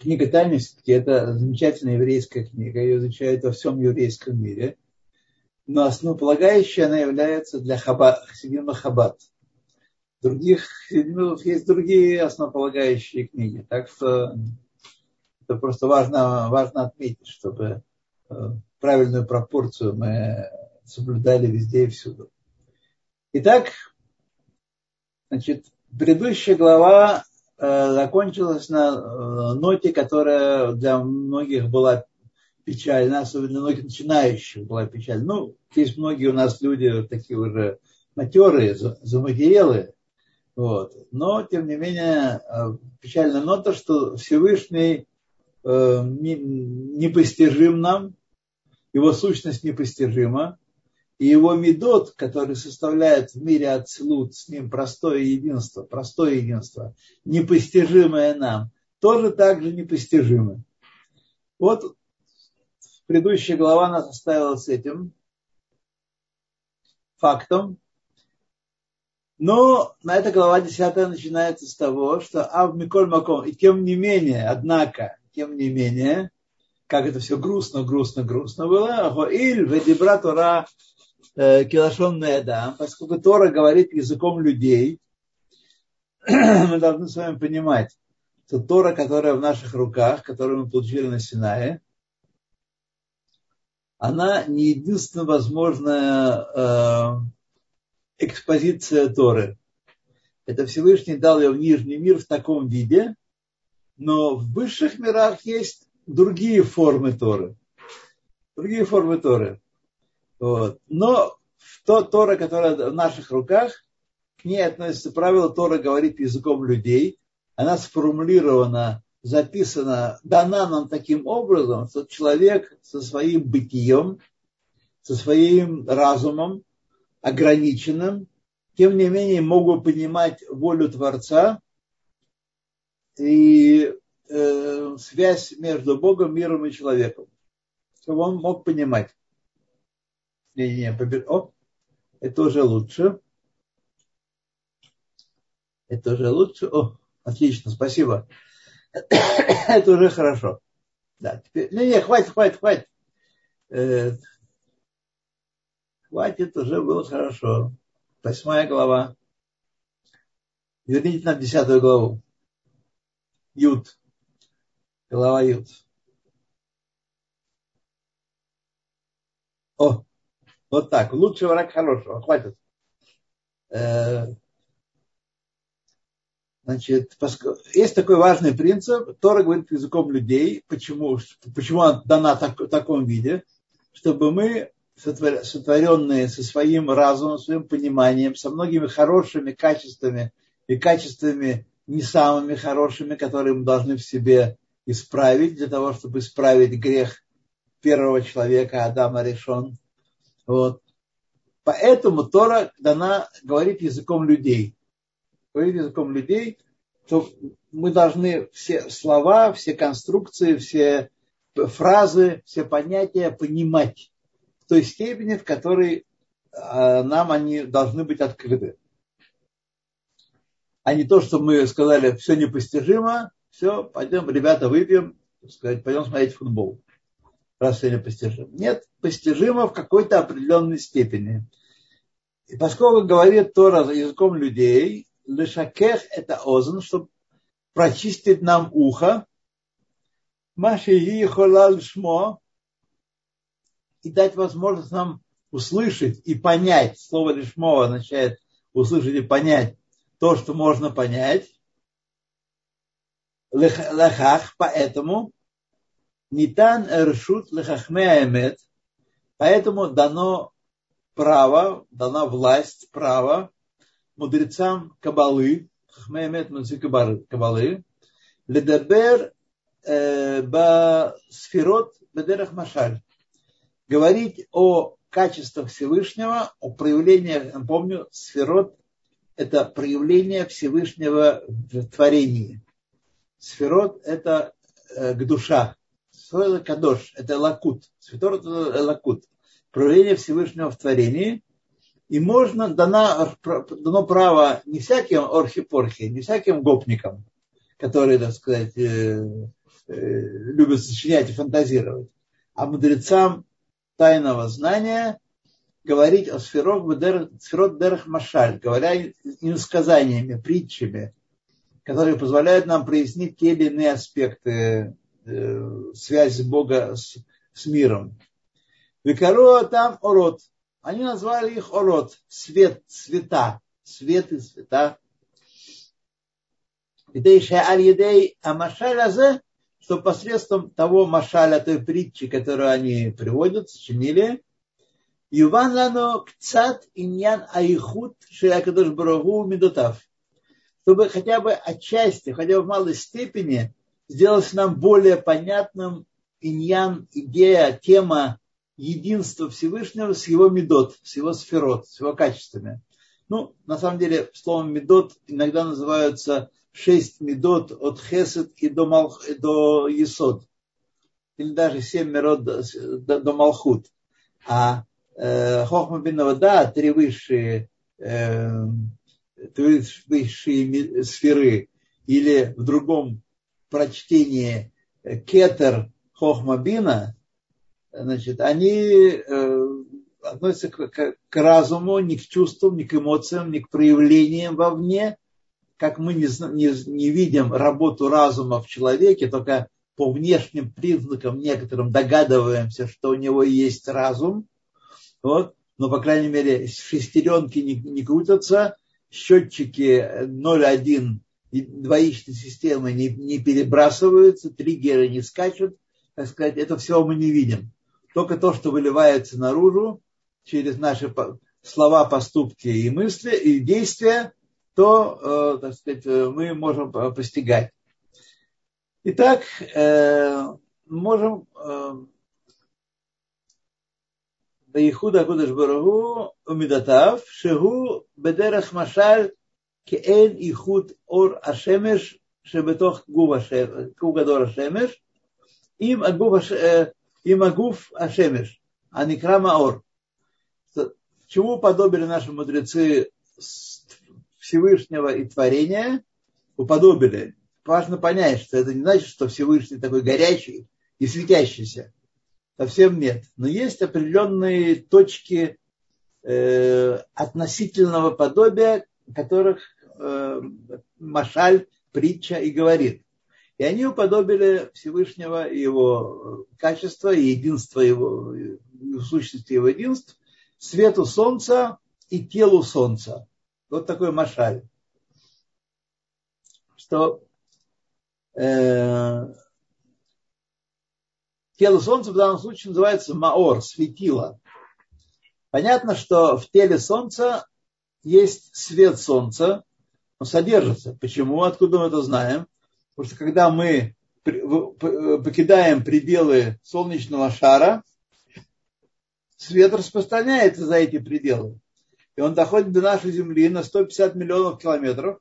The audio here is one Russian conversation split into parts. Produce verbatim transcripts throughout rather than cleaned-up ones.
Книга Тайны все-таки это замечательная еврейская книга, ее изучают во всем еврейском мире, но основополагающей она является для хаба, хасидизма Хаббат. Других хасидимов есть другие основополагающие книги, так что это просто важно, важно отметить, чтобы правильную пропорцию мы соблюдали везде и всюду. Итак, значит, предыдущая глава э, закончилась на э, ноте, которая для многих была печальна, особенно для многих начинающих была печальна. Ну, есть многие у нас люди такие уже матерые, заматерелые, вот. Но, тем не менее, э, печальная нота, что Всевышний э, не, непостижим нам, его сущность непостижима, и его мидот, который составляет в мире ацилут, с ним простое единство, простое единство, непостижимое нам, тоже так же непостижимо. Вот предыдущая глава нас оставила с этим фактом. Но на эта глава десятая начинается с того, что Ав Миколь Маком, и тем не менее, однако, тем не менее, как это все грустно, грустно, грустно было, Хоиль ведибра Тора Килашон Неадам, поскольку Тора говорит языком людей, мы должны с вами понимать, что Тора, которая в наших руках, которую мы получили на Синае, она не единственная возможная э, экспозиция Торы. Это Всевышний дал ее в нижний мир в таком виде, но в высших мирах есть другие формы Торы. Другие формы Торы. Вот. Но то Тора, которая в наших руках, к ней относится правило, Тора говорит языком людей. Она сформулирована, записана, дана нам таким образом, что человек со своим бытием, со своим разумом, ограниченным, тем не менее мог бы понимать волю Творца и э, связь между Богом, миром и человеком. Чтобы он мог понимать. Не-не-не, побеж... О, это уже лучше. Это уже лучше. О, отлично, спасибо. Это уже хорошо. Да, теперь... Не-не, хватит, хватит, хватит. Э, хватит, уже было хорошо. Восьмая глава. Верните нам десятую главу. Юд. Глава Юд. О, вот так. Лучший враг хорошего. Хватит. Э, Значит, есть такой важный принцип. Тора говорит языком людей. Почему, почему она дана так, в таком виде? Чтобы мы, сотворенные со своим разумом, своим пониманием, со многими хорошими качествами и качествами не самыми хорошими, которые мы должны в себе исправить, для того, чтобы исправить грех первого человека, Адама Ришон. Вот. Поэтому Тора дана говорит языком людей. Говорит языком людей, то мы должны все слова, все конструкции, все фразы, все понятия понимать в той степени, в которой нам они должны быть открыты. А не то, что мы сказали, все непостижимо, все, пойдем, ребята, выпьем, сказать, пойдем смотреть футбол, раз все непостижимо. Нет, постижимо в какой-то определенной степени. И поскольку говорит Тора языком людей, лешакех это озон, чтобы прочистить нам ухо, маши холал шмо, и дать возможность нам услышать и понять. Слово лишмо означает услышать и понять то, что можно понять. Лехах, поэтому нитан эршут лехахме эмет, поэтому дано право, дана власть, право мудрецам Кабалы, хахме эмет мудрецы Кабалы, ледабер ба сферот бедерах машаль, говорить о качествах Всевышнего, о проявлениях, напомню, сферот – это проявление Всевышнего в творении. Сферот – это э, гдуша. Сферот – это кадош, это лакут. Сферот – это лакут. Проявление Всевышнего в творении. И можно, дано, дано право не всяким орхи-порхи, не всяким гопникам, которые, так сказать, э, любят сочинять и фантазировать. А мудрецам тайного знания говорить о сферот дерех машаль, говоря иносказаниями, притчами, которые позволяют нам прояснить те или иные аспекты э, связи Бога с, с миром. Викаруа там орот. Они назвали их орот, свет, цвета, свет и цвета. Что посредством того машаля, той притчи, которую они приводят, сочинили, Юван лано кцат иньян аихут шеякадош барагу медотав. Чтобы хотя бы отчасти, хотя бы в малой степени сделать нам более понятным иньян, идея, тема единства Всевышнего с его медот, с его сферот, с его качествами. Ну, на самом деле, словом медот иногда называются шесть медот от хесед и до, малх, до есод. Или даже семь медот до, до, до малхут. А э, хохма бин да, три высшие э, высшие сферы, или в другом прочтении кетер хохма бина, значит, они э, относятся к, к, к разуму, не к чувствам, не к эмоциям, не к проявлениям вовне, как мы не, не, не видим работу разума в человеке, только по внешним признакам некоторым догадываемся, что у него есть разум, вот, но, по крайней мере, шестеренки не, не крутятся, счетчики ноль один двоичной системы не, не перебрасываются, триггеры не скачут, так сказать, это все мы не видим. Только то, что выливается наружу через наши слова, поступки и мысли, и действия, то, э, так сказать, мы можем постигать. Итак, э, можем Бейхуда Кудеш Барагу Умидатав Шегу Бедерах Машаль Кеэн Ихуд Ор Ашемеш Шебетох Гугадор Ашемеш Им Агуф Ашемеш Аникра Маор. Чему подобили наши мудрецы Всевышнего и творения? Уподобили. Важно понять, что это не значит, что Всевышний такой горячий и светящийся. Совсем нет. Но есть определенные точки э, относительного подобия, которых э, Машаль, притча и говорит. И они уподобили Всевышнего и его качества, и единства его, и сущности его единств, свету солнца и телу солнца. Вот такой Машаль. Что э, тело солнца в данном случае называется маор, светило. Понятно, что в теле солнца есть свет солнца, он содержится. Почему? Откуда мы это знаем? Потому что когда мы покидаем пределы солнечного шара, свет распространяется за эти пределы. И он доходит до нашей Земли на сто пятьдесят миллионов километров.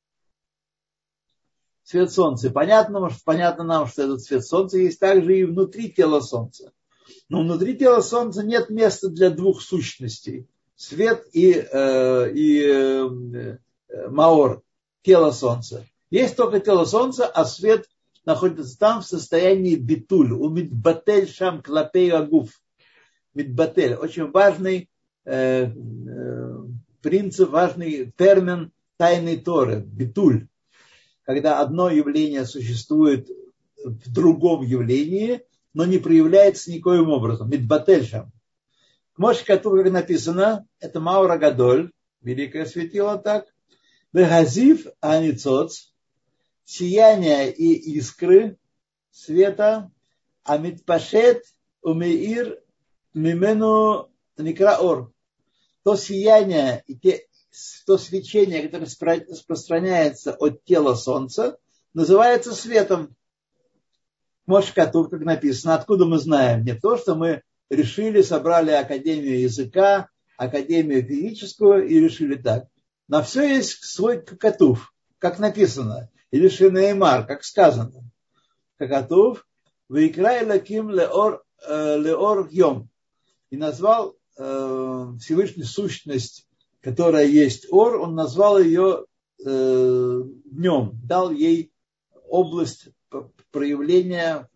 Свет Солнца. Понятно, понятно нам, что этот свет Солнца есть также и внутри тела Солнца. Но внутри тела Солнца нет места для двух сущностей. Свет и, э, и э, маор, тело Солнца. Есть только тело Солнца, а свет находится там в состоянии битуль. У мидбатель шам клапей агуф. Мидбатель. Очень важный э, э, принцип, важный термин тайной Торы. Битуль. Когда одно явление существует в другом явлении, но не проявляется никоим образом. Мидбатель шам. Моше Катув, как написано, это Маура Гадоль, великое светило так. Вегазив аницоц, сияние и искры света, амитпашет умеир мимену никраор. То сияние и те, то свечение, которое распространяется от тела солнца, называется светом. Моше Катув, как написано, откуда мы знаем? Не то, что мы решили, собрали Академию языка, Академию физическую и решили так. На все есть свой Катув, как написано. Или Шинеймар, как сказано. Катув, вейкрай лаким леор, леор йом. И назвал э, Всевышнюю сущность, которая есть ор, он назвал ее э, днем, дал ей область проявления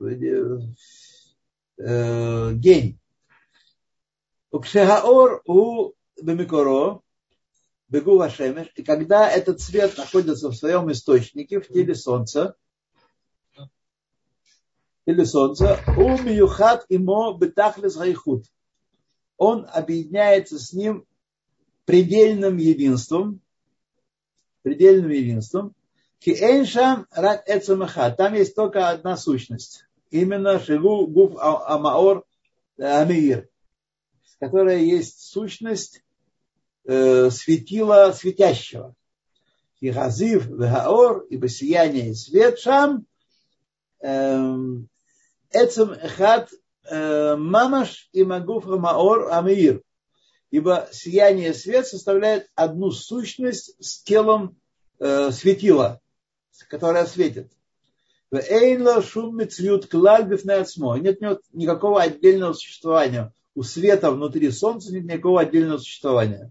э, день. Укшегаор у бемикоро бегу вашемеш, и когда этот свет находится в своем источнике, в теле солнца, в теле солнца, у миюхат имо бетахлес гайхут, он объединяется с ним предельным единством, предельным единством, ки эйншам рак эцамаха, там есть только одна сущность, именно шиву гуф амаор амир, которая есть сущность э, светила светящего. И газив, вегаор, ибо сияние и свет шам, эцам эхад мамаш и магуф амаор амир, ибо сияние и свет составляют одну сущность с телом э, светила, которая светит. Нет никакого отдельного существования. У света внутри солнца нет никакого отдельного существования.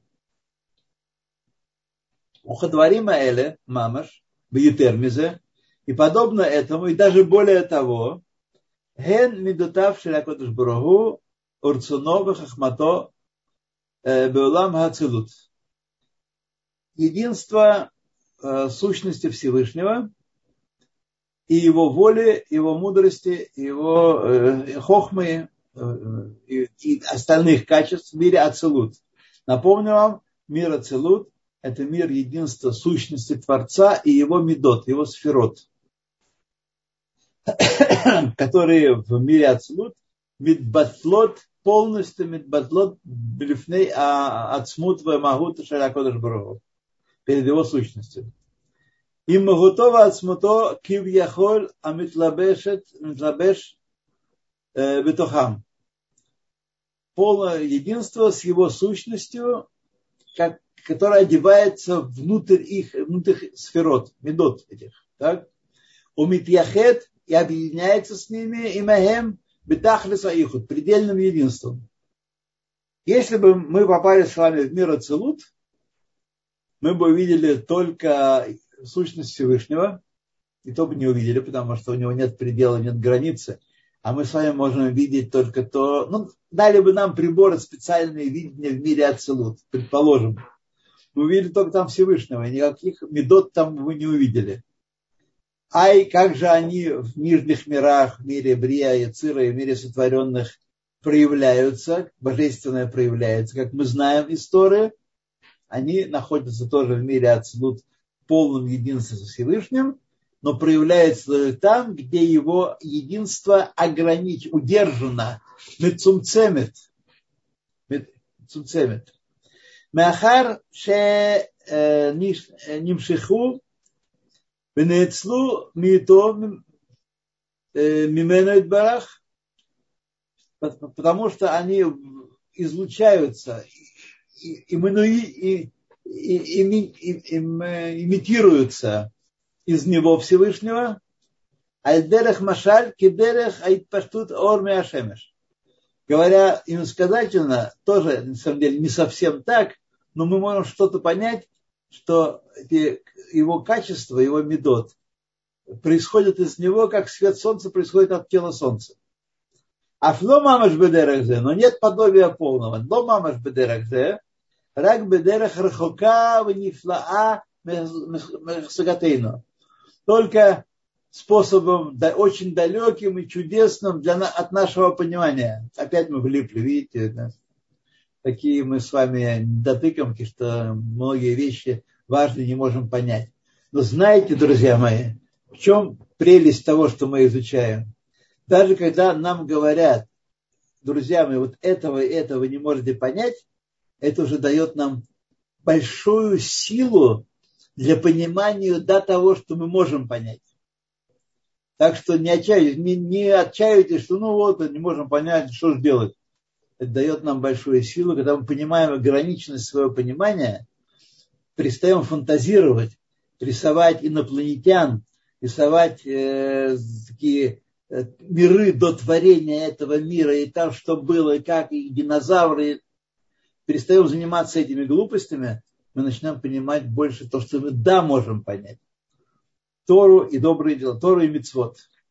Ухадварима эле, мамаш, бьютермизе, и подобно этому, и даже более того, ген мидутав ширакодыш бурагу, урцуновы хахмато, беулам хацилут. Единство э, сущности Всевышнего и его воли, его мудрости, его э, хохмы э, и, и остальных качеств в мире Ацилут. Напомню вам, мир Ацилут – это мир единства сущности Творца и его мидот, его сферот, которые в мире Ацилут мидбатлот полностью мидбатлот блифней ацмут ва магут шаракодыш баруху перед его сущностью. И магутова ацмуто кивьяхоль амитлабешет митлабеш бетохам. Полное единство с его сущностью, как, которая одевается внутрь их, внутрь сферот, медот этих. Так? Умитьяхет и объединяется с ними имахем бетахлиса ихут, предельным единством. Если бы мы попали с вами в мир Ацилут, мы бы увидели только сущность Всевышнего, и то бы не увидели, потому что у него нет предела, нет границы. А мы с вами можем видеть только то, ну, дали бы нам приборы специальные видения в мире Ацилут, предположим. Мы увидели только там Всевышнего, и никаких медот там вы не увидели. Ай, как же они в нижних мирах, в мире Брия, Яцира и в мире сотворенных проявляются, божественное проявляется, как мы знаем истории, они находятся тоже в мире Ацилут в полном единстве со Всевышним, но проявляется там, где его единство ограничено, удержано, мецумцемет, мецумцемет. Махар ше нимшиху венецлу мито мимену идбарах, потому что они излучаются, имитируются из него Всевышнего, альдерех машаль кидерех айтпаштут ор меашемеш. Говоря иносказательно, тоже, на самом деле, не совсем так, но мы можем что-то понять, что эти, его качество, его медот, происходит из него, как свет солнца происходит от тела солнца. Афло мамаш бедерахзе, но нет подобия полного. Ло мамаш бедерахзе, рак бедерах рахока внифлаа мехсагатейно. Только способом да, очень далеким и чудесным для, от нашего понимания. Опять мы влипли, видите, да? Такие мы с вами дотыкомки, что многие вещи важные не можем понять. Но знаете, друзья мои, в чем прелесть того, что мы изучаем? Даже когда нам говорят, друзья мои, вот этого и этого вы не можете понять, это уже дает нам большую силу для понимания до того, что мы можем понять. Так что не отчаивайтесь, не, не отчаивайтесь, что ну вот, не можем понять, что же делать. Это дает нам большую силу, когда мы понимаем ограниченность своего понимания, перестаем фантазировать, рисовать инопланетян, рисовать э, такие э, миры до творения этого мира, и там что было, и как, и динозавры. Перестаем заниматься этими глупостями, мы начнем понимать больше то, что мы да можем понять. Тору и добрые дела, Тору и мицвот.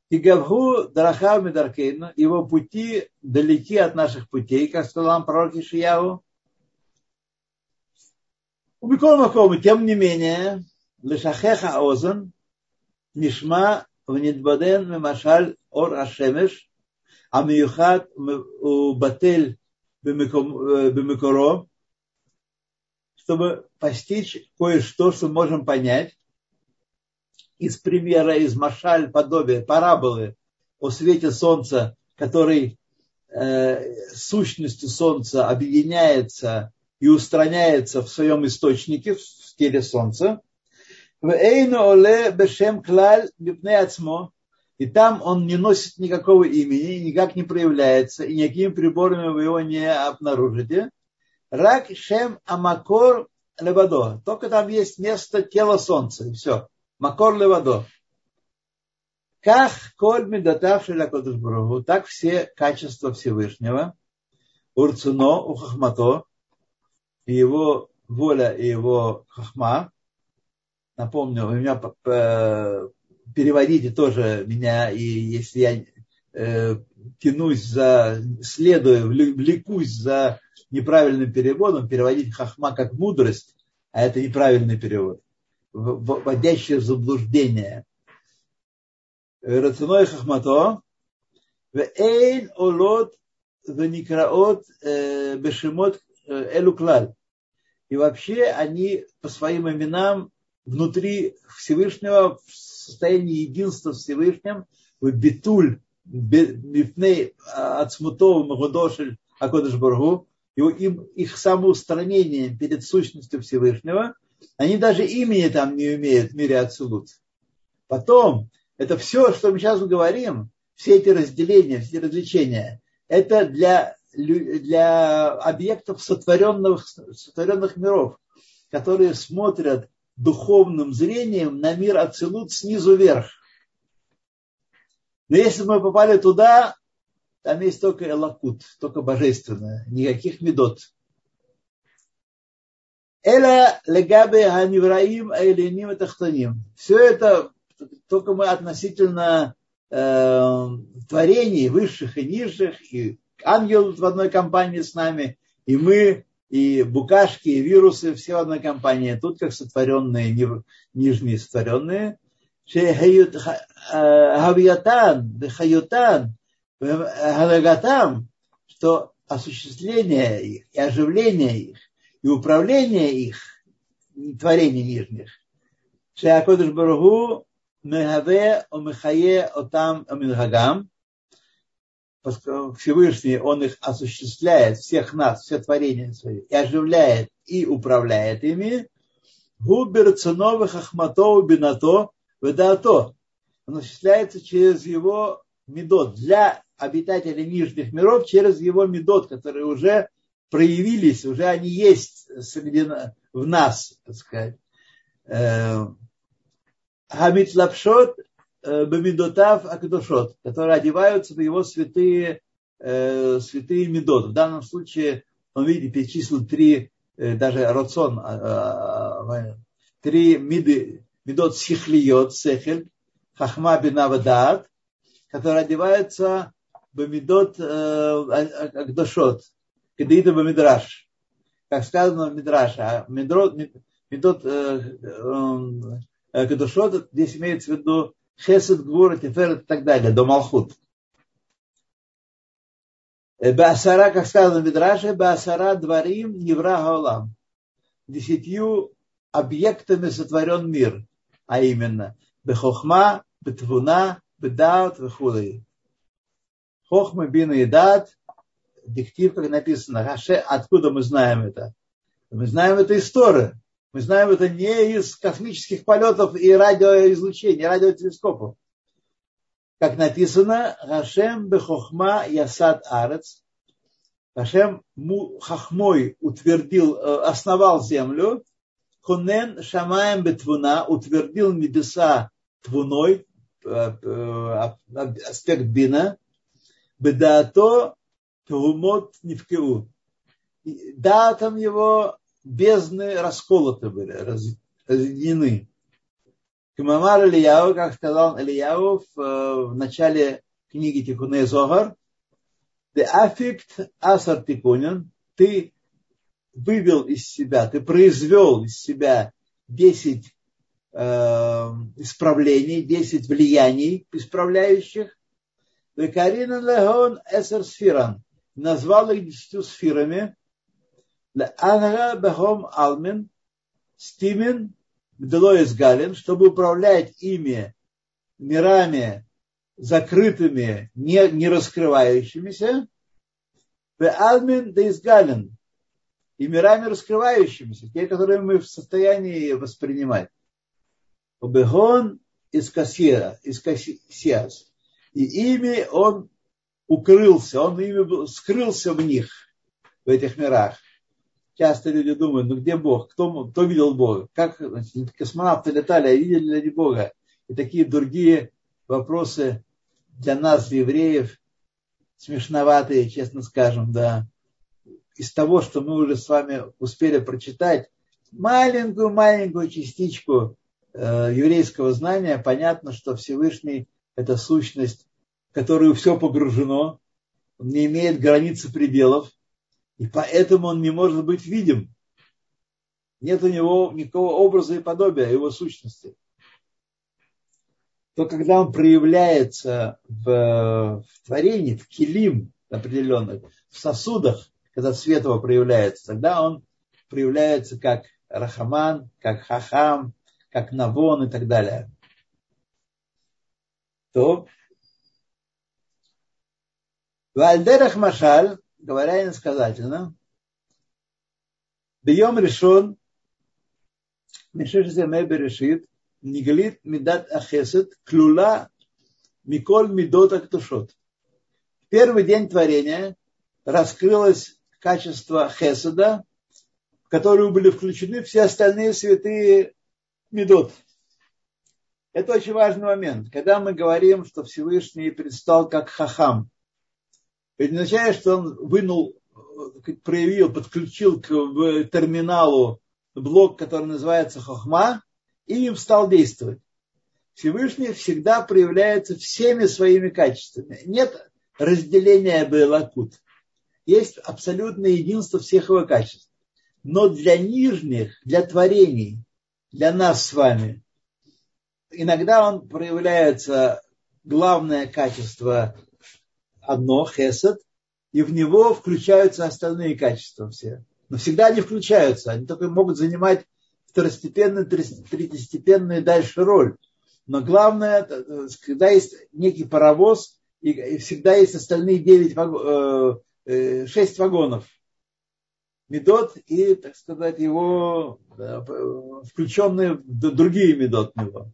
Тигавгу Дарахав Медаркейну, его пути далеки от наших путей, как сказал нам пророк Ишияу. Убикол Макому, тем не менее, Лешахеха Озан, Нишма Внидбаден Мемашаль Ор Ашемеш, Амиюхат Батель Бемикоро, чтобы постичь кое-что, что мы можем понять из примера, из машаль, подобия, параболы о свете солнца, который э, сущностью солнца объединяется и устраняется в своем источнике, в теле солнца. И там он не носит никакого имени, никак не проявляется, и никакими приборами вы его не обнаружите. Рак шем амакор левадо. Только там есть место тела солнца, и все. Макор левадо. Как коль медотав шеля кодыш баруху, так все качества Всевышнего, урцуно, у хахмато, и его воля, и его хахма. Напомню, вы меня переводите тоже меня, и если я э, тянусь за, следую, влекусь за неправильным переводом, переводить хахма как мудрость, а это неправильный перевод, вводящий в заблуждение. Рацуной хахмато, вэйн олот вэникраот бешемот элуклаль. И вообще они по своим именам внутри Всевышнего, в состоянии единства с Всевышним, в битуль, бифней ацмутов магудошель акодыш баргу, им, их самоустранением перед сущностью Всевышнего, они даже имени там не имеют в мире Ацилут. Потом, это все, что мы сейчас говорим, все эти разделения, все эти развлечения, это для, для объектов сотворенных, сотворенных миров, которые смотрят духовным зрением на мир Ацилут снизу вверх. Но если мы попали туда, там есть только элакут, только божественное, никаких медот. Эла легабе ханивраим айлиним и тахтаним. Все это только мы относительно э, творений высших и низших, и ангел в одной компании с нами, и мы, и букашки, и вирусы, все в одной компании. Тут как сотворенные, нижние сотворенные. Хавьятан, хаютан, халагатам, что осуществление их, и оживление их, и управление их, творений нижних. Шеакодыш баруху мехаве омехае отам амингагам. Всевышний, он их осуществляет, всех нас, все творения свои, и оживляет, и управляет ими. Губер ценовых хахматов бинато выдато. Он осуществляется через его медот. Для обитателей нижних миров, через его медот, которые уже проявились, уже они есть среди, в нас, так сказать. Хамит лапшот бамидотав акдушот, которые одеваются в его святые, э, святые медот. В данном случае он, видите, перечислил три, э, даже рацион, э, три миды, медот сихлиот, сехель, хахма бина вадаат, которые одеваются в медот акдушот, кедида бамидраш, как сказано в Мидраше. Медот, медот акдушот, здесь имеется в виду Хесед, Гвура, Тиферет и так далее, до Малхут. Баасара, как сказано в Мидраше, Баасара дворим невра гаолам. Десятью объектами сотворен мир, а именно Бехохма, Бетвуна, Бедаат, Вехулай. Хохма, Бина и Дат, диктив, как написано, Хаше, откуда мы знаем это? Мы знаем это из Торы. Мы знаем это не из космических полетов и радиоизлучения, радиотелескопов. Как написано, Хашем бехохма ясад арец. Хашем хохмой утвердил, основал землю. Хунен шамаем бетвуна, утвердил небеса твуной, аспект бина. Бедаато tuhumot нивкеу. Датом его бездны расколоты были, разъединены. Кмамар Ильяу, как сказал Ильяу в, в начале книги Тикуней Зогар, «Де аффикт асар тикунен», ты вывел из себя, ты произвел из себя десять э, исправлений, десять влияний исправляющих. Векаринен легон эсер сфиран, назвал их десятью сфирами. Леанга бехом алмин стимен бделоис галин, чтобы управлять ими мирами закрытыми, не, не раскрывающимися. Веалмин деисгалин, и мирами раскрывающимися, те, которые мы в состоянии воспринимать. Обегон из кассиа, из кассиас. И ими он укрылся, он ими скрылся в них, в этих мирах. Часто люди думают, ну где Бог? Кто, кто видел Бога? Как значит, космонавты летали, а видели ли они Бога? И такие другие вопросы для нас, евреев, смешноватые, честно скажем, да. Из того, что мы уже с вами успели прочитать, маленькую-маленькую частичку э, еврейского знания, понятно, что Всевышний – это сущность, в которую все погружено, он не имеет границы пределов, и поэтому он не может быть видим. Нет у него никакого образа и подобия его сущности. То, когда он проявляется в, в творении, в килим определенных, в сосудах, когда свет его проявляется, тогда он проявляется как Рахаман, как Хахам, как Навон и так далее. То Вальдерах Машаль, говоря иносказательно, Бьем решен, Мишешезе Мебе решит, Нигалит Мидат Ахесет, Клюла Миколь Мидот Актушот. В первый день творения раскрылось качество Хеседа, в которую были включены все остальные святые Мидот. Это очень важный момент. Когда мы говорим, что Всевышний предстал как Хахам, это не означает, что он вынул, проявил, подключил к терминалу блок, который называется Хохма, и им стал действовать. Всевышний всегда проявляется всеми своими качествами. Нет разделения Беэлакут. Есть абсолютное единство всех его качеств. Но для нижних, для творений, для нас с вами, иногда он проявляется, главное качество одно, хесед, и в него включаются остальные качества все. Но всегда они включаются, они только могут занимать второстепенную, третьестепенную дальше роль. Но главное, когда есть некий паровоз, и всегда есть остальные девять вагонов, шесть вагонов. Медот и, так сказать, его да, включенные другие медот в него.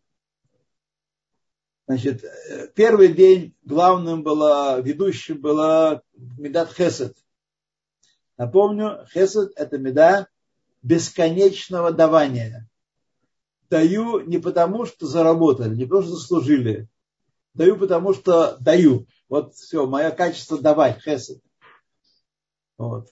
Значит, первый день главным было, ведущим было медат хесед. Напомню, хесед – это меда бесконечного давания. Даю не потому, что заработали, не потому, что заслужили. Даю, потому что даю. Вот все, мое качество давать, хесед. Вот.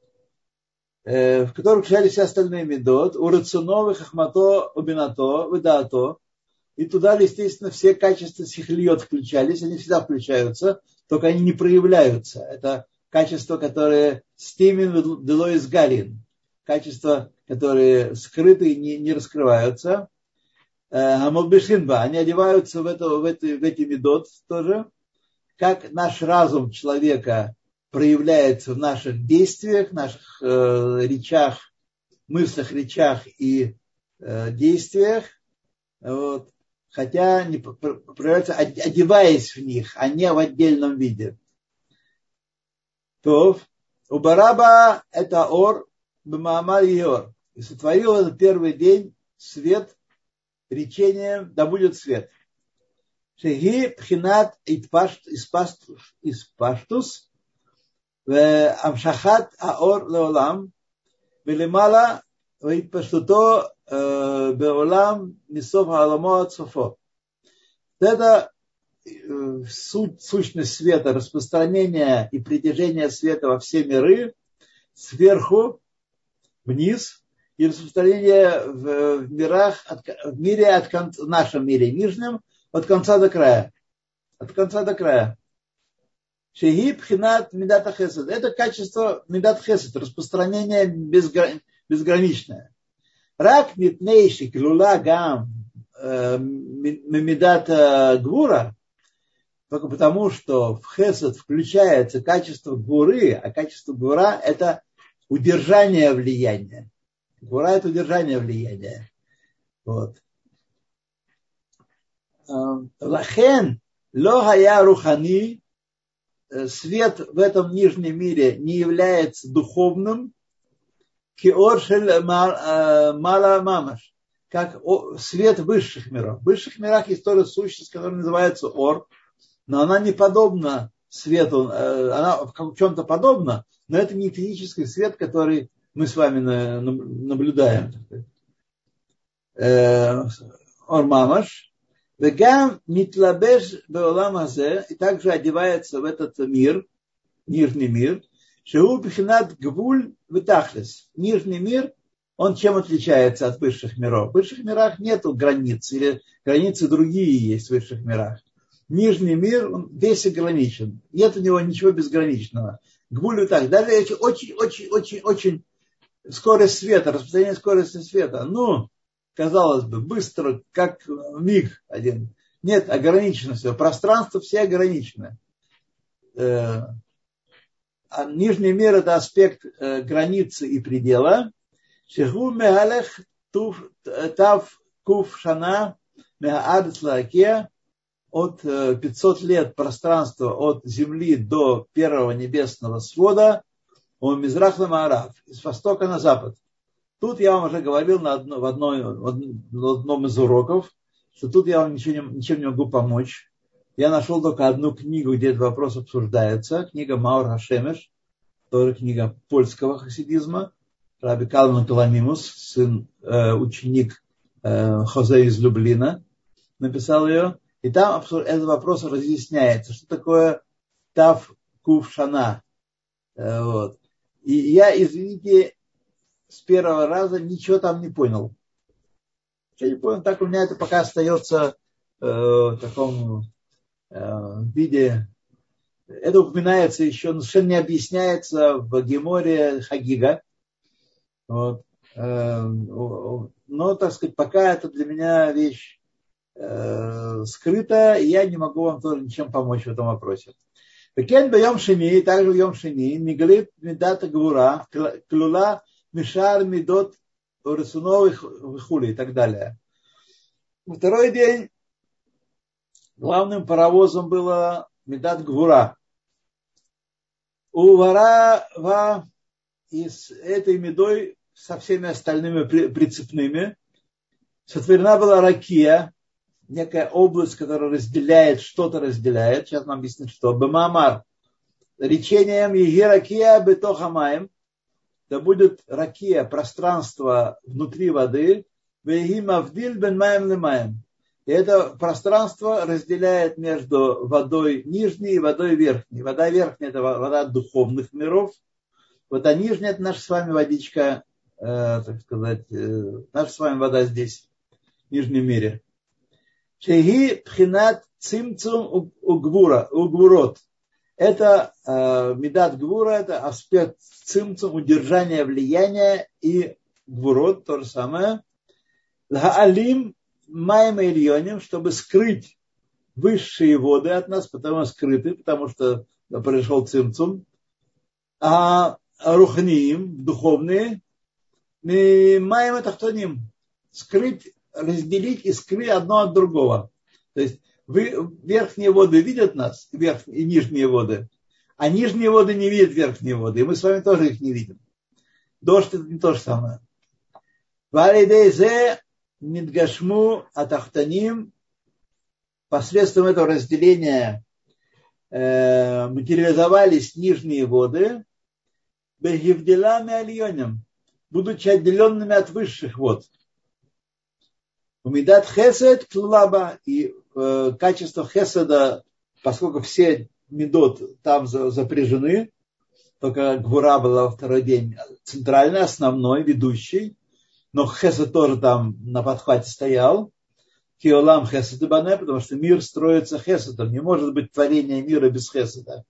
Э, в котором включались все остальные медот. Урацуно, хахмато, убинато, выдато. И туда, естественно, все качества сихлиот включались. Они всегда включаются, только они не проявляются. Это качества, которые стимен делоис галин. Качества, которые скрыты и не, не раскрываются. Амалбешинба, они одеваются в, это, в, это, в эти медот тоже. Как наш разум человека проявляется в наших действиях, наших э, речах, мыслях, речах и э, действиях. Вот. Хотя не проявляется, одеваясь в них, а не в отдельном виде. То у Бараба это ор б'маамар йор. И сотворил этот первый день свет речением «да будет свет». Шеги пхинат испаштус амшахат аор леолам велемала ваитпаштуто беолам мисов аламо цофо. Это суть, сущность света, распространение и притяжение света во все миры сверху вниз и распространение в, в мирах, от, в мире, от конца, в нашем мире нижнем, от конца до края. От конца до края. Шеги пхинат мидат хесед. Это качество мидат хесед, распространение безграни, безграничное. Рак митнейший клюла гам мидат гвура, только потому, что в хесед включается качество гвуры, а качество гвура – это удержание влияния. Гвура – это удержание влияния. Вот. Лахен ло хая рухани, свет в этом нижнем мире не является духовным, киор шель мала мамаш, как свет высших миров. В высших мирах есть тоже сущность, которая называется ор, но она не подобна свету, она в чем-то подобна, но это не физический свет, который мы с вами наблюдаем. Ор мамаш. Вегам митлабеш беолам азе, и также одевается в этот мир, нижний мир, шеу бихнат гвуль витахлес. Нижний мир, он чем отличается от высших миров? В высших мирах нету границ, или границы другие есть в высших мирах. Нижний мир, он весь ограничен. Нет у него ничего безграничного. Гвуль витахлес. Даже очень-очень-очень-очень скорость света, распространение скорости света. Ну, казалось бы, быстро, как миг один. Нет, ограничено все. Пространство все ограничено. А нижний мир – это аспект границы и предела. Шеху мегалех тав куф шана мегаадет лаакея. От пятьсот лет пространства от земли до первого небесного свода у Мизрах ла-Маарав, с востока на запад. Тут я вам уже говорил на одно, в, одной, в одном из уроков, что тут я вам ничем, ничем не могу помочь. Я нашел только одну книгу, где этот вопрос обсуждается. Книга Маур Хашемеш, тоже книга польского хасидизма. Раби Калман Каламимус, сын, э, ученик э, Хозе из Люблина, написал ее. И там этот вопрос разъясняется, что такое Тав Кув Шана. Э, вот. И я, извините, с первого раза ничего там не понял. Ничего не понял. Так у меня это пока остается э, в таком э, виде. Это упоминается еще, но совершенно не объясняется в Геморе Хагига. Вот. Э, но, так сказать, пока это для меня вещь э, скрыта, и я не могу вам тоже ничем помочь в этом вопросе. Пекен бьем шини, также в Йом Шини, мигалит медата гвура, клюла Мишар, Медот, Рисуновых, Хули и так далее. Второй день главным паровозом было Медат Гвура. У Варава и с этой медой, со всеми остальными прицепными, сотворена была ракия, некая область, которая разделяет, что-то разделяет. Сейчас нам объяснит, что. Бемамар. Речением Еги ракия бетохамаем. Да будет ракия, пространство внутри воды, и это пространство разделяет между водой нижней и водой верхней. Вода верхняя – это вода духовных миров, вода нижняя – это наша с вами водичка, э, так сказать, э, наша с вами вода здесь, в нижнем мире. Шеги пхинат цимцум угвурот. Это э, медат гвура, это аспект цимцум, удержания влияния, и гвурот, то же самое. Лгаалим маем ильоним, чтобы скрыть высшие воды от нас, потому что скрыты, потому что пришел цимцум. А рухниим, духовные, маем это хтоним, скрыть, разделить и скрыть одно от другого. То есть вы, верхние воды видят нас, верх, и нижние воды, а нижние воды не видят верхние воды, и мы с вами тоже их не видим. Дождь – это не то же самое. Валидейзе мидгашму атахтаним, посредством этого разделения э, материализовались нижние воды, бегивделами альоним, будучи отделенными от высших вод. Умидат хесед клаба, и э, качество хеседа, поскольку все медот там запряжены, только гвура была во второй день центральной, основной, ведущей, но хесед тоже там на подхвате стоял. Киолам хесед и бане, потому что мир строится хеседом. Не может быть творения мира без хеседа.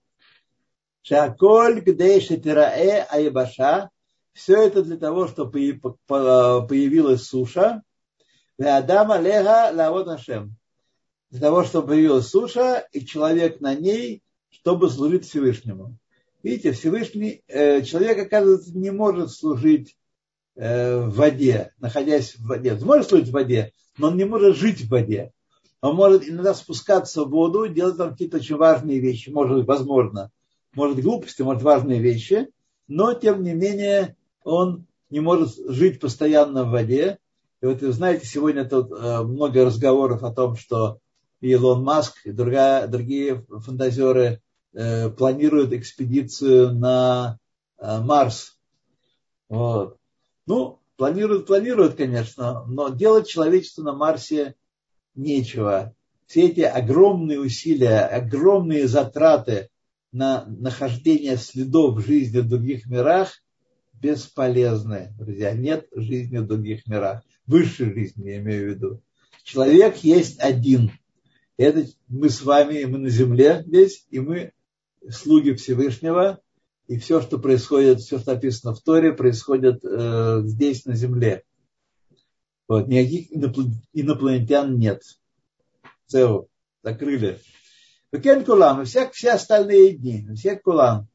Шаколь гдейши тирае айбаша. Все это для того, чтобы появилась суша. Адам алеха лавод Ашем. Для того, чтобы появилась суша, и человек на ней, чтобы служить Всевышнему. Видите, Всевышний, э, человек, оказывается, не может служить э, в воде, находясь в воде. Он может служить в воде, но он не может жить в воде. Он может иногда спускаться в воду, делать там какие-то очень важные вещи, может быть, возможно, может глупости, может важные вещи, но, тем не менее, он не может жить постоянно в воде. И вот вы знаете, сегодня тут э, много разговоров о том, что Илон Маск и другая, другие фантазеры э, планируют экспедицию на э, Марс. Вот. Ну, планируют, планируют, конечно, но делать человечеству на Марсе нечего. Все эти огромные усилия, огромные затраты на нахождение следов жизни в других мирах бесполезны, друзья. Нет жизни в других мирах. Высшей жизни, я имею в виду. Человек есть один. Это мы с вами, мы на земле здесь, и мы слуги Всевышнего. И все, что происходит, все, что написано в Торе, происходит э, здесь, на земле. Вот. Никаких инопланетян нет. Цело. Закрыли. Векен кулам. И все, все остальные дни. Все кулам.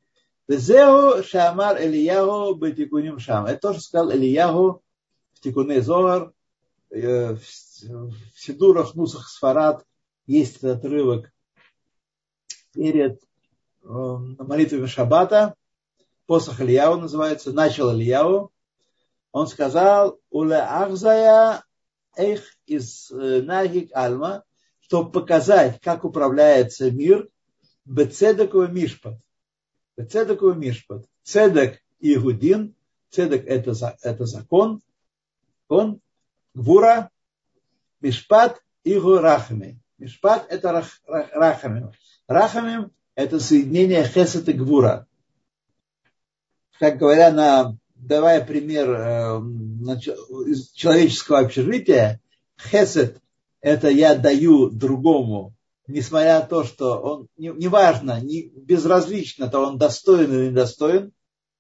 Везеу шамар Элияху бетикуним шам. Это тоже сказал Элияху в Тикуне Зоар. Э, в, в Сидурах, Нусах, Сфарад есть этот отрывок перед э, молитвами Шаббата. Посох Элияху называется. Начал Элияху. Он сказал: Уле ахзая эйх из нагик альма, чтобы показать, как управляется мир, бецедеку мишпат. Бецедеку мишпат. Цедек и Игудин. Цедек это, это закон. Он гвура. Мишпат и рахами. Мишпат это рах, рах, рахамим. Рахамим это соединение хесед и гвура. Как говоря, на, давая пример э, из человеческого общежития, хесед это я даю другому, несмотря на то, что он, неважно, не, не безразлично, то он достоин или недостоин.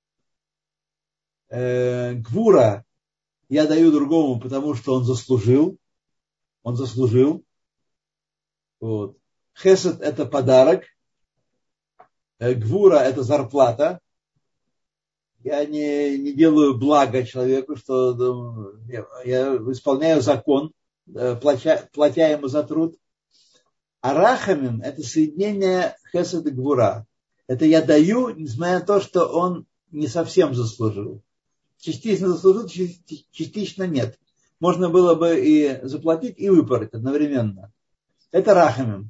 Э, гвура я даю другому, потому что он заслужил. Он заслужил. Вот. Хесед это подарок. Э, гвура это зарплата. Я не, не делаю благо человеку, что я, я исполняю закон, платя, платя ему за труд. А рахамим это соединение хесед и гвура. Это я даю, несмотря на то, что он не совсем заслужил. Частично заслужил, частично нет. Можно было бы и заплатить, и выпороть одновременно. Это рахамим.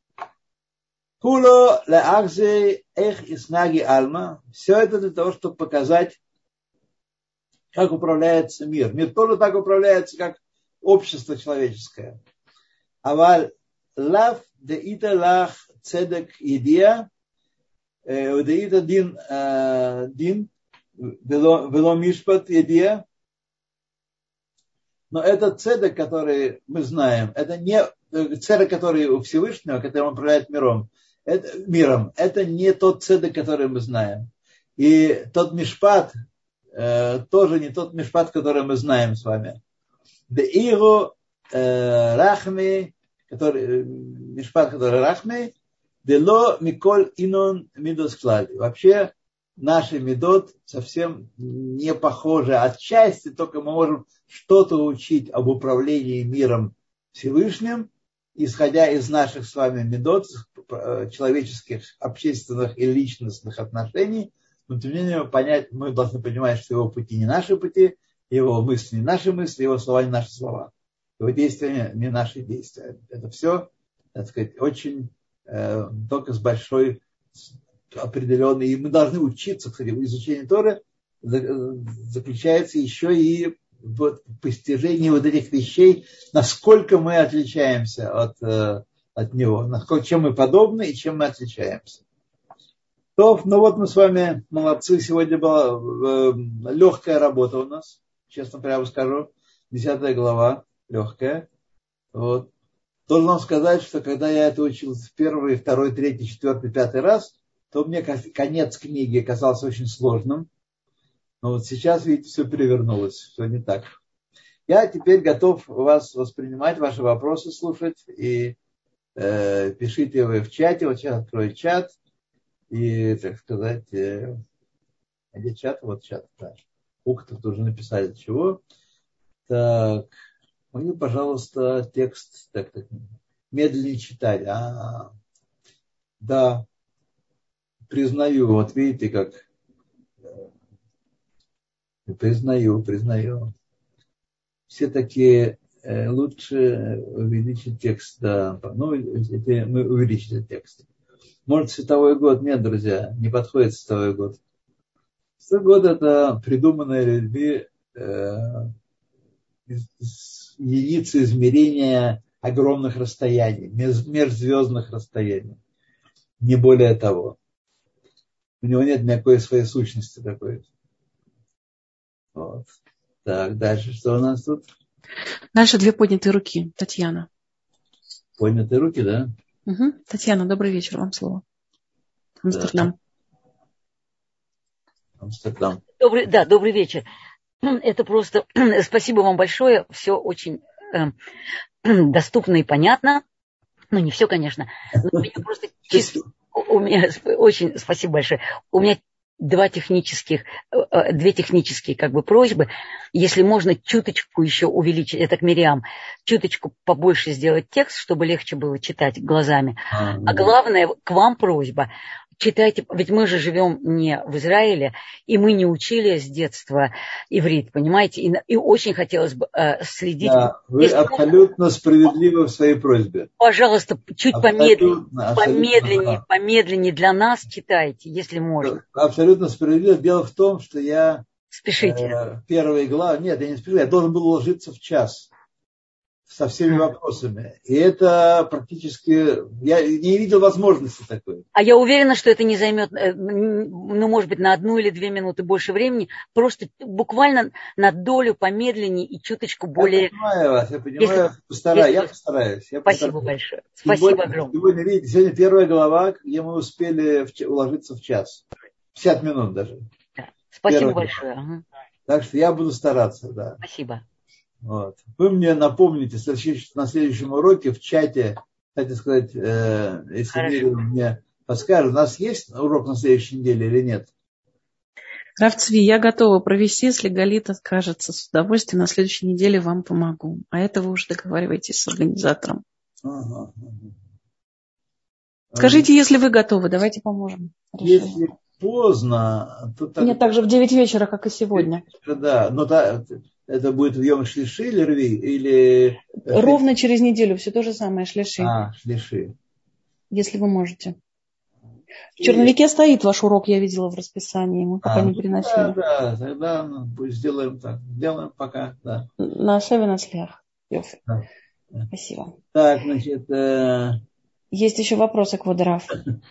Куло леахзе эх иснаги альма. Все это для того, чтобы показать, как управляется мир. Мир тоже так управляется, как общество человеческое. Аваль лав деита лах цедек идея, деита дин дин вело мишпат идея. Но этот цедек, который мы знаем, это не цедек, который у Всевышнего, который управляет миром. Это, миром. Это не тот цедек, который мы знаем. И тот мишпат э, тоже не тот мишпат, который мы знаем с вами. Деиру э, рахми, который мишпат, который рахми, дело миколь инон мидос клали. Вообще наши медот совсем не похожи. Отчасти только мы можем что-то учить об управлении миром Всевышним, исходя из наших с вами медот, человеческих, общественных и личностных отношений, но тем не менее понять, мы должны понимать, что его пути не наши пути, его мысли не наши мысли, его слова не наши слова, его действия не наши действия. Это все, так сказать, очень э, только с большой определенной, и мы должны учиться, кстати, изучение Торы заключается еще и в постижении вот этих вещей, насколько мы отличаемся от, от него, насколько, чем мы подобны и чем мы отличаемся. То, ну вот мы с вами молодцы, сегодня была э, легкая работа у нас. честно прямо скажу. Десятая глава, легкая. Вот. Должен вам сказать, что когда я это учил в первый, второй, третий, четвертый, пятый раз, то мне конец книги казался очень сложным. Но вот сейчас, видите, все перевернулось, все не так. Я теперь готов вас воспринимать, ваши вопросы слушать. И э, пишите вы в чате. Вот сейчас открою чат. И, так сказать, э, где чат? Вот чат. Да. Ух, тут уже написали чего. Так, могли, пожалуйста, текст так, так, медленнее читать. А, да, признаю. Вот видите, как признаю, признаю. Все такие э, лучше увеличить текст. Да. Ну, это мы увеличили текст. Может, световой год? Нет, друзья, не подходит световой год. Световой год – это придуманная людьми э, единицы измерения огромных расстояний, межзвездных расстояний. Не более того. У него нет никакой своей сущности такой. Вот. Так, дальше что у нас тут? Дальше две поднятые руки. Татьяна. Поднятые руки, да? Угу. Татьяна, добрый вечер, вам слово. Амстердам. Да. Амстердам. Добрый, да, добрый вечер. Это просто спасибо вам большое. Все очень э, доступно и понятно. Ну, не все, конечно. Но у меня просто чисто... У меня очень спасибо большое. У меня два технических, две технические как бы просьбы. Если можно чуточку еще увеличить, это к Мириам, чуточку побольше сделать текст, чтобы легче было читать глазами. А, а главное, к вам просьба. Читайте, ведь мы же живем не в Израиле, и мы не учили с детства иврит, понимаете? И, и очень хотелось бы э, следить. Да, вы Если абсолютно можно, справедливы в своей просьбе. Пожалуйста, чуть помедленнее, помедленнее, помедленнее для нас читайте, если можно. Абсолютно справедливо. Дело в том, что я... Спешите. Э, первые главы... Нет, я не спешу. Я должен был уложиться в час. Со всеми вопросами. И это практически... Я не видел возможности такой. А я уверена, что это не займет, ну, может быть, на одну или две минуты больше времени. Просто буквально на долю помедленнее и чуточку более... Я понимаю вас, я понимаю. Если, постараюсь, если... Я постараюсь. Я Спасибо постараюсь. большое. Спасибо огромное. Сегодня, видите, сегодня первая глава, где мы успели в... уложиться в час. пятьдесят минут даже. Да. Спасибо первая большое. Ага. Так что я буду стараться, да. Спасибо. Вот. Вы мне напомните на следующем уроке в чате, кстати сказать, э, если Мириам мне подскажет, у нас есть урок на следующей неделе или нет? Рав Цви, я готова провести, если Галит откажется. С удовольствием на следующей неделе вам помогу. А это вы уже договариваетесь с организатором. Ага. Скажите, если вы готовы, давайте поможем. Если поздно, то так... Нет, так же в девять вечера, как и сегодня. Да, но да, это будет в Йом Шлиши или Рви? Или... Ровно через неделю, все то же самое, Шлиши. А, Шлиши. Если вы можете. В черновике и... стоит ваш урок, я видела в расписании, мы пока а, не переносили. Да, да, тогда ну, сделаем так. Сделаем пока, да. На Шеве на Слях. Да, да. Спасибо. Так, значит... Э... Есть еще вопросы к Водорав.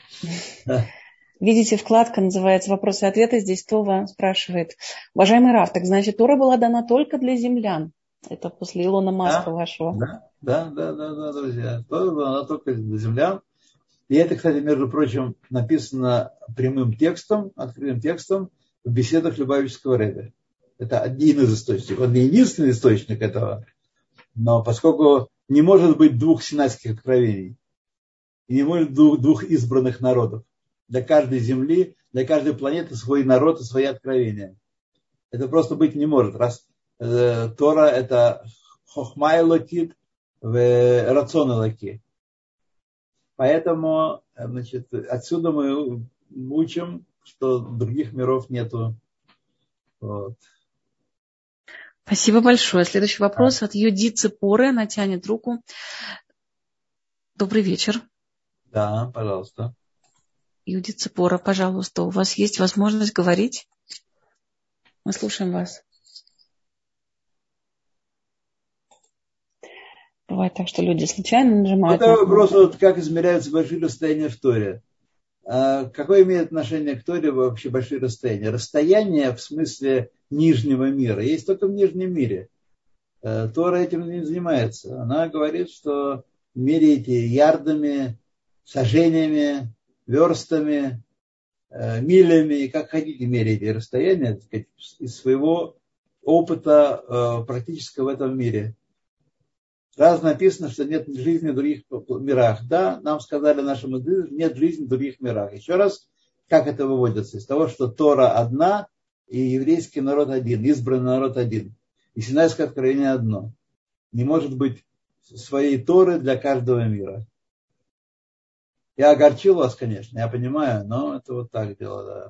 Видите, вкладка называется «Вопросы и ответы». Здесь Това спрашивает. Уважаемый Рав, так значит, Тора была дана только для землян. Это после Илона Маска да, вашего. Да, да, да, да, да, друзья. Тора была дана только для землян. И это, кстати, между прочим, написано прямым текстом, открытым текстом в беседах Любавического Ребе. Это один из источников. Он не единственный источник этого. Но поскольку не может быть двух синайских откровений, и не может быть двух, двух избранных народов. Для каждой земли, для каждой планеты свой народ и свои откровения. Это просто быть не может. Раз э, Тора это хохма элокит в рацион элоки. Поэтому значит, отсюда мы учим, что других миров нету. Вот. Спасибо большое. Следующий вопрос а. от Юди Цепоры. Она тянет руку. Добрый вечер. Да, пожалуйста. Юди Цепора, пожалуйста, у вас есть возможность говорить? Мы слушаем вас. Бывает так, что люди случайно нажимают. Это вопрос, вот, как измеряются большие расстояния в Торе. А какое имеет отношение к Торе вообще большие расстояния? Расстояние в смысле нижнего мира. Есть только в нижнем мире. Тора этим не занимается. Она говорит, что меряете ярдами, сажениями, верстами, милями, как хотите меряйте расстояние, так сказать, из своего опыта практического в этом мире. Раз написано, что нет жизни в других мирах. Да, нам сказали наши мудрецы, нет жизни в других мирах. Еще раз, как это выводится? Из того, что Тора одна, и еврейский народ один, избранный народ один. И Синайское откровение одно. Не может быть своей Торы для каждого мира. Я огорчил вас, конечно, я понимаю, но это вот так дело, да.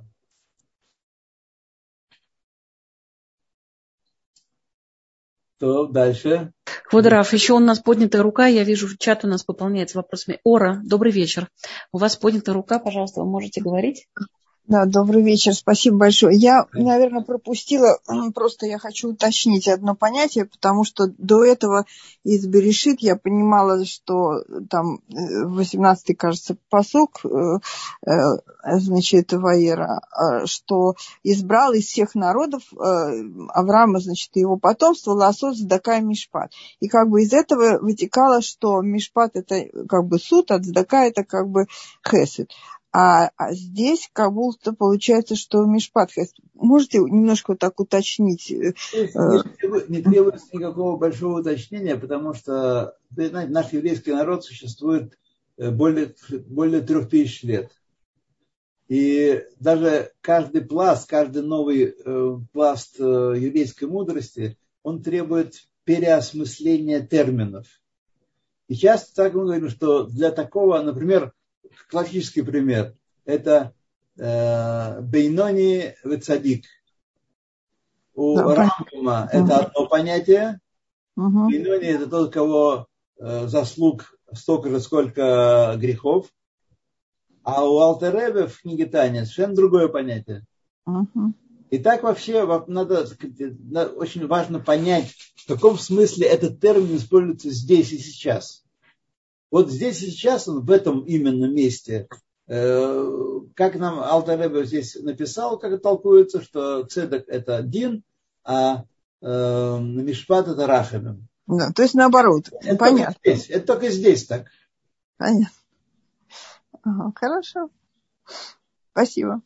То дальше. Квадрав, еще у нас поднятая рука, я вижу, чат у нас пополняется вопросами. Ора, добрый вечер. У вас поднятая рука, пожалуйста, вы можете говорить? Да, добрый вечер, спасибо большое. Я, наверное, пропустила, просто я хочу уточнить одно понятие, потому что до этого из Берешит я понимала, что там восемнадцатый, кажется, пасук, значит, Ваера, что избрал из всех народов Авраама, значит, и его потомство, Лаасот, Цдака и Мишпат. И как бы из этого вытекало, что Мишпат это как бы суд, а Цдака это как бы хесед. А, а здесь как будто получается, что Мишпат. Можете немножко вот так уточнить? Не требуется никакого большого уточнения, потому что, знаете, наш еврейский народ существует более, более трех тысяч лет. И даже каждый пласт, каждый новый э, пласт э, еврейской мудрости, он требует переосмысления терминов. И часто так мы говорим, что для такого, например, классический пример – это э, Бейнони вецадик. У да, Рамбама угу. это одно понятие. Угу. Бейнони – это тот, у кого э, заслуг столько же, сколько грехов. А у Алтер Ребе в книге Таня совершенно другое понятие. Угу. И так вообще надо, очень важно понять, в каком смысле этот термин используется здесь и сейчас. Вот здесь и сейчас он в этом именно месте, как нам Алтер Ребе здесь написал, как это толкуется, что цедек это дин, а мишпат это рахамим. Да, то есть наоборот. Это понятно. Только здесь, это только здесь так. Понятно. Ага, хорошо. Спасибо.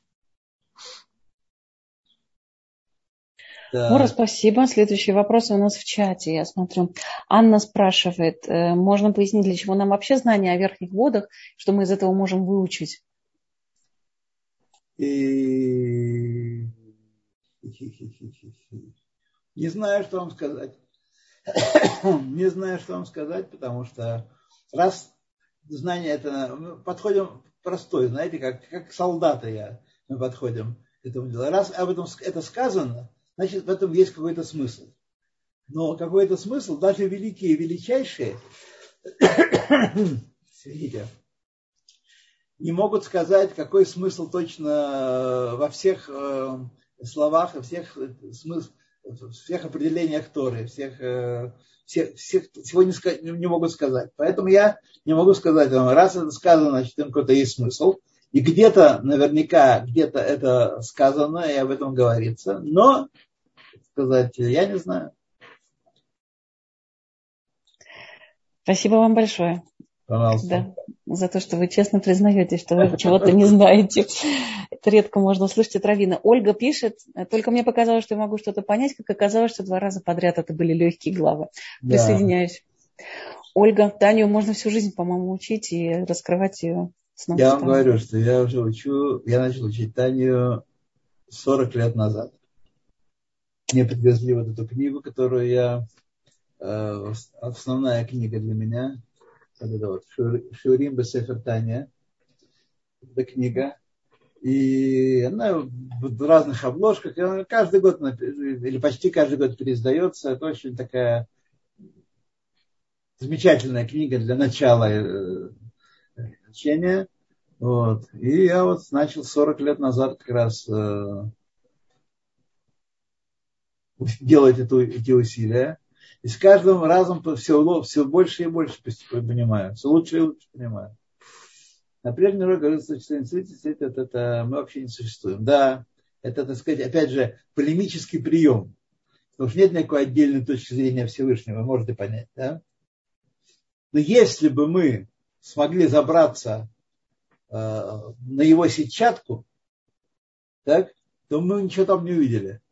Да. Мора, спасибо. Следующий вопрос у нас в чате, я смотрю. Анна спрашивает, можно пояснить, для чего нам вообще знание о верхних водах, что мы из этого можем выучить? И... Не знаю, что вам сказать. Не знаю, что вам сказать, потому что раз знание это... Мы подходим простой, знаете, как, как солдаты я, мы подходим к этому делу. Раз об этом это сказано, значит, в этом есть какой-то смысл. Но какой-то смысл, даже великие, величайшие, извините, не могут сказать, какой смысл точно во всех словах, во всех, смысл, всех определениях Торы, всех, всех, всех, всего не, не могут сказать. Поэтому я не могу сказать вам, раз это сказано, значит, там какой-то есть смысл. И где-то, наверняка, где-то это сказано, и об этом говорится. Но, сказать, я не знаю. Спасибо вам большое. Пожалуйста. Да, за то, что вы честно признаете, что вы чего-то не знаете. Это редко можно услышать от раввина. Ольга пишет, только мне показалось, что я могу что-то понять, как оказалось, что два раза подряд это были легкие главы. Присоединяюсь. Да. Ольга, Таню можно всю жизнь, по-моему, учить и раскрывать ее. Снова я вам говорю, что я уже учу, я начал учить Таню сорок лет назад. Мне привезли вот эту книгу, которую я, э, основная книга для меня, это вот Шиурим бе-Сефер Таня, эта книга, и она в разных обложках, и она каждый год, или почти каждый год переиздается, это очень такая замечательная книга для начала учения. Вот. И я вот начал сорок лет назад как раз э, делать эту, эти усилия. И с каждым разом все, все больше и больше понимаю. Все лучше и лучше понимаю. На прежний урок говорится, что это, это мы вообще не существуем. Да, Это, так сказать, опять же, полемический прием. Потому что нет никакой отдельной точки зрения Всевышнего, вы можете понять, да? Но если бы мы смогли забраться э, на его сетчатку, так, то мы ничего там не увидели.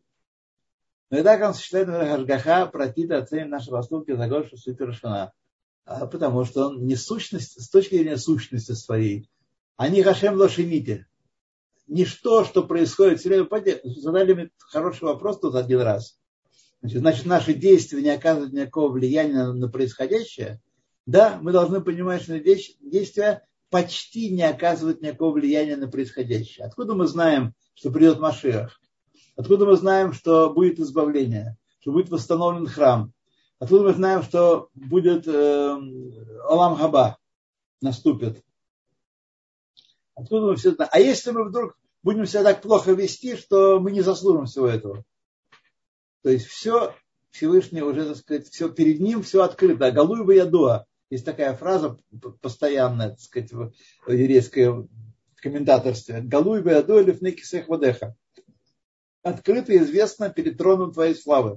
Но и так он считает, например, Хашгаха протит оценит наши поступки за год, что супершана. Потому что он не сущность, с точки зрения сущности своей, они Хашем лошемите. Ничто, что происходит все время, помните, задали мне хороший вопрос тут один раз. Значит, значит, наши действия не оказывают никакого влияния на, на происходящее. Да, мы должны понимать, что действия почти не оказывают никакого влияния на происходящее. Откуда мы знаем, что придет Машиах? Откуда мы знаем, что будет избавление? Что будет восстановлен храм? Откуда мы знаем, что будет э, Олам Хаба наступит? Откуда мы все это? А если мы вдруг будем себя так плохо вести, что мы не заслужим всего этого? То есть все, Всевышний уже, так сказать, все перед ним, все открыто. Галуй ваядуа. Есть такая фраза постоянная, так сказать, в еврейском комментаторстве. Галуй ваядуа лифней кисех вадеха. Открыто известно перед троном твоей славы.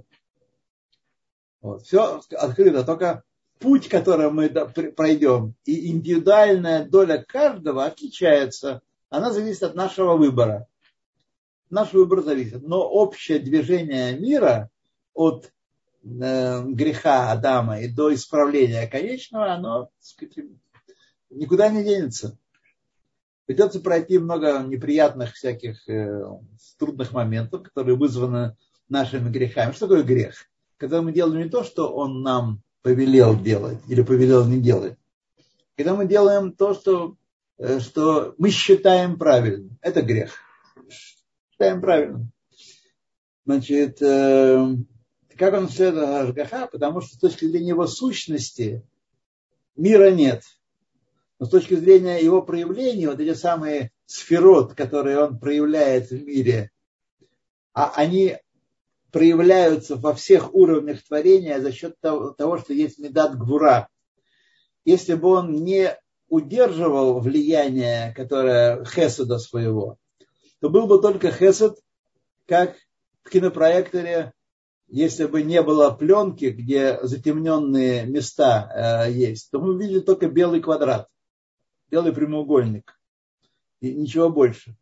Вот. Все открыто. Только путь, который мы пройдем, и индивидуальная доля каждого отличается. Она зависит от нашего выбора. Наш выбор зависит. Но общее движение мира от э, греха Адама и до исправления конечного, оно, так сказать, никуда не денется. Придется пройти много неприятных всяких э, трудных моментов, которые вызваны нашими грехами. Что такое грех? Когда мы делаем не то, что он нам повелел делать или повелел не делать. Когда мы делаем то, что, э, что мы считаем правильным. Это грех. Считаем правильно. Значит, э, как он следует Ашгаха? Потому что с точки зрения его сущности мира нет. Но с точки зрения его проявления, вот эти самые сферот, которые он проявляет в мире, а они проявляются во всех уровнях творения за счет того, того что есть медат гвура. Если бы он не удерживал влияние, которое хеседа своего, то был бы только хесед, как в кинопроекторе, если бы не было пленки, где затемненные места э, есть, то мы увидели только белый квадрат, белый прямоугольник. И ничего больше.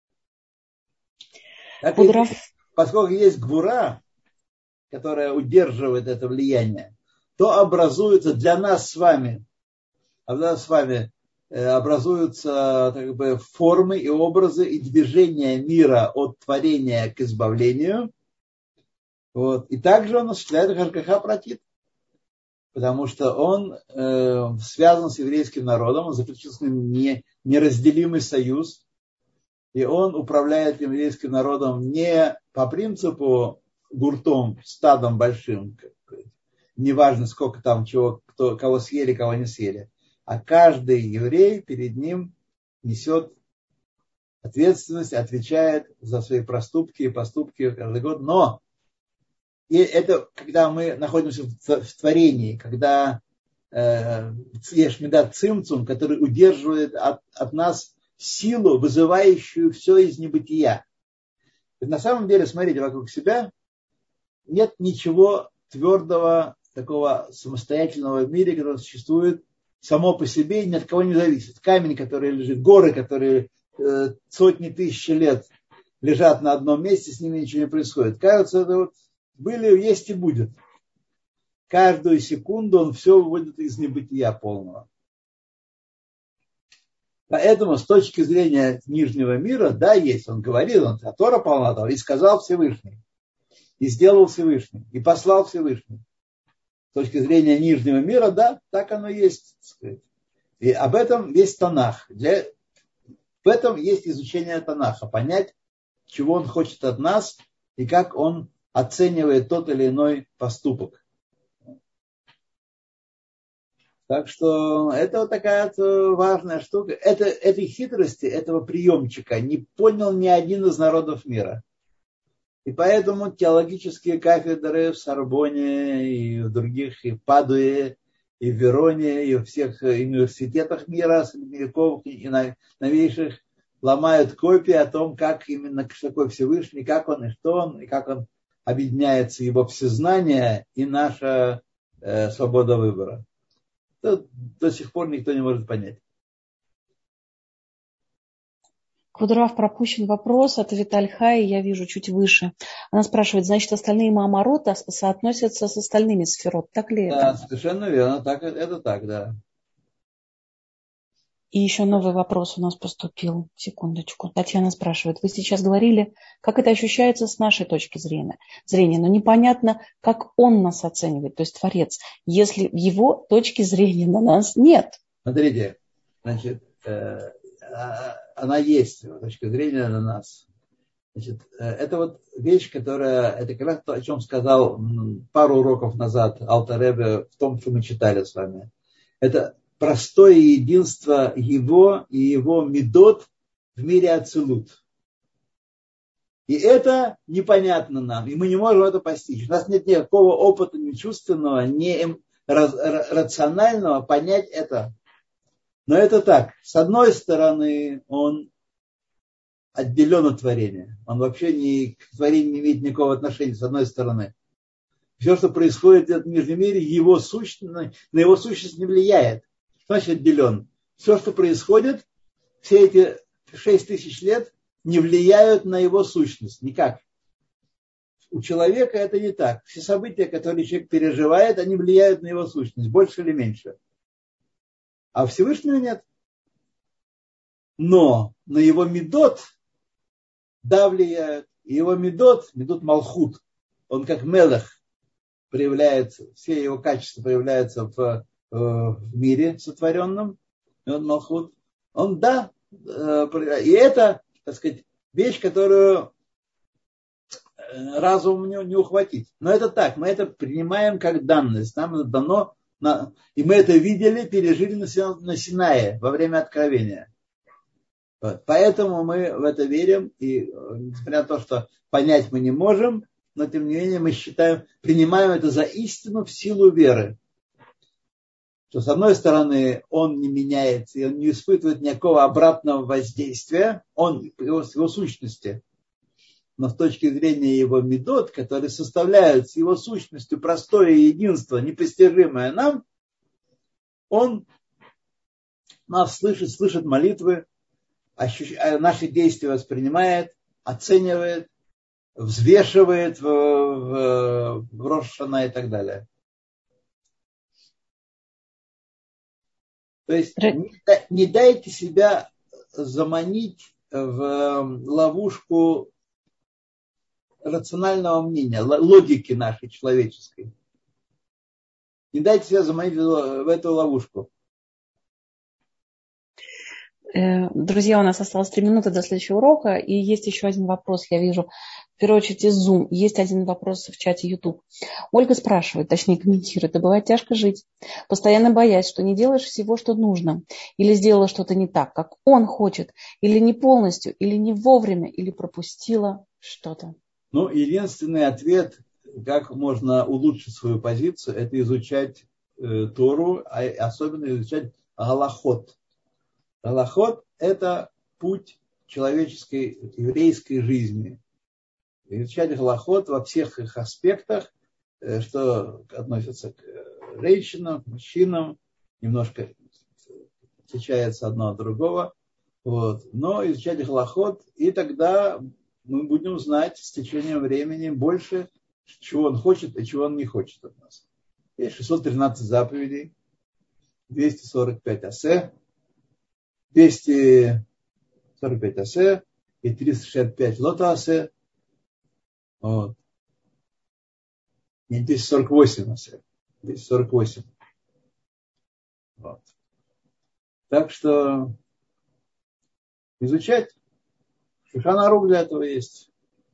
Так, Удрав... Поскольку есть гвура, которая удерживает это влияние, то образуется для нас с вами, а для нас с вами образуются как бы формы и образы и движения мира от творения к избавлению. Вот. И также он осуществляет Хашгаха протит, потому что он э, связан с еврейским народом, он заключил с ним не, неразделимый союз, и он управляет еврейским народом не по принципу гуртом, стадом большим, неважно сколько там чего, кто, кого съели, кого не съели, а каждый еврей перед ним несет ответственность, отвечает за свои проступки и поступки каждый год. Но и это когда мы находимся в, в творении, когда э, есть медат цимцум, который удерживает от, от нас силу, вызывающую все из небытия. На самом деле, смотрите вокруг себя, нет ничего твердого, такого самостоятельного в мире, которое существует само по себе и ни от кого не зависит. Камень, который лежит, горы, которые э, сотни тысяч лет лежат на одном месте, с ними ничего не происходит. Кажется, это вот были, есть и будет. Каждую секунду он все выводит из небытия полного. Поэтому с точки зрения нижнего мира, да, есть. Он говорил, он, а Тора полна того, и сказал Всевышний, и сделал Всевышний, и послал Всевышний. С точки зрения нижнего мира, да, так оно есть. Так сказать. И об этом есть Танах. Для... В этом есть изучение Танаха. Понять, чего он хочет от нас и как он оценивает тот или иной поступок. Так что это вот такая вот важная штука. Это, этой хитрости, этого приемчика не понял ни один из народов мира. И поэтому теологические кафедры в Сорбоне и в других, и в Падуе, и в Вероне, и во всех университетах мира, средневековых и новейших, ломают копии о том, как именно, что такое Всевышний, как он и что он, и как он объединяется его всезнание и наша э, свобода выбора. Это до сих пор никто не может понять. Квадрав, пропущен вопрос от Виталь Хай, я вижу чуть выше. Она спрашивает, значит, остальные маамарота соотносятся с остальными сферот, так ли да, это? Совершенно верно, так, это так, да. И еще новый вопрос у нас поступил. Секундочку. Татьяна спрашивает, вы сейчас говорили, как это ощущается с нашей точки зрения, зрения, но непонятно, как он нас оценивает, то есть Творец, если его точки зрения на нас нет. Смотрите, значит, э, она есть, точка зрения на нас. Значит, это вот вещь, которая, это как раз то, о чем сказал пару уроков назад Алтер Ребе в том, что мы читали с вами. Это простое единство его и его мидот в мире ацилут. И это непонятно нам, и мы не можем это постичь. У нас нет никакого опыта ни чувственного, ни рационального понять это. Но это так. С одной стороны, он отделен от творения. Он вообще не, к творению не имеет никакого отношения, с одной стороны. Все, что происходит в этом нижнем мире, его сущность, на его сущность не влияет. Что значит отделен? Все, что происходит, все эти шесть тысяч лет не влияют на его сущность. Никак. У человека это не так. Все события, которые человек переживает, они влияют на его сущность, больше или меньше. А Всевышнего нет. Но на его мидот да влияют. И его мидот, мидот Малхут, он как мелех проявляется, все его качества проявляются в, в мире сотворенном, он Малхут, он да, и это, так сказать, вещь, которую разум не, не ухватить. Но это так, мы это принимаем как данность, нам это дано, на, и мы это видели, пережили на, на Синае во время откровения. Вот. Поэтому мы в это верим, и несмотря на то, что понять мы не можем, но тем не менее мы считаем, принимаем это за истину в силу веры. Что с одной стороны он не меняется, и он не испытывает никакого обратного воздействия, он его, его сущности. Но с точки зрения его мидот, которые составляют с его сущностью простое единство, непостижимое нам, он нас слышит, слышит молитвы, ощущ... наши действия воспринимает, оценивает, взвешивает в, в, в Рош ха-Шана и так далее. То есть не, не дайте себя заманить в ловушку рационального мнения, логики нашей человеческой. Не дайте себя заманить в эту ловушку. Друзья, у нас осталось три минуты до следующего урока, и есть еще один вопрос, я вижу, в первую очередь из Zoom. Есть один вопрос в чате YouTube. Ольга спрашивает, точнее комментирует, да бывает тяжко жить, постоянно боясь, что не делаешь всего, что нужно, или сделала что-то не так, как он хочет, или не полностью, или не вовремя, или пропустила что-то. Ну, единственный ответ, как можно улучшить свою позицию, это изучать э, Тору, а особенно изучать галахот. Галахот – это путь человеческой, еврейской жизни. Изучать галахот во всех их аспектах, что относится к женщинам, к мужчинам, немножко отличается одно от другого. Вот. Но изучать галахот, и тогда мы будем знать с течением времени больше, чего он хочет и чего он не хочет от нас. Есть шестьсот тринадцать заповедей, двести сорок пять асе, двести сорок пять асе и триста шестьдесят пять лота асе. Вот. Не двести сорок восемь асе, двести сорок восемь. Вот. Так что изучать. Шульхан Арух для этого есть.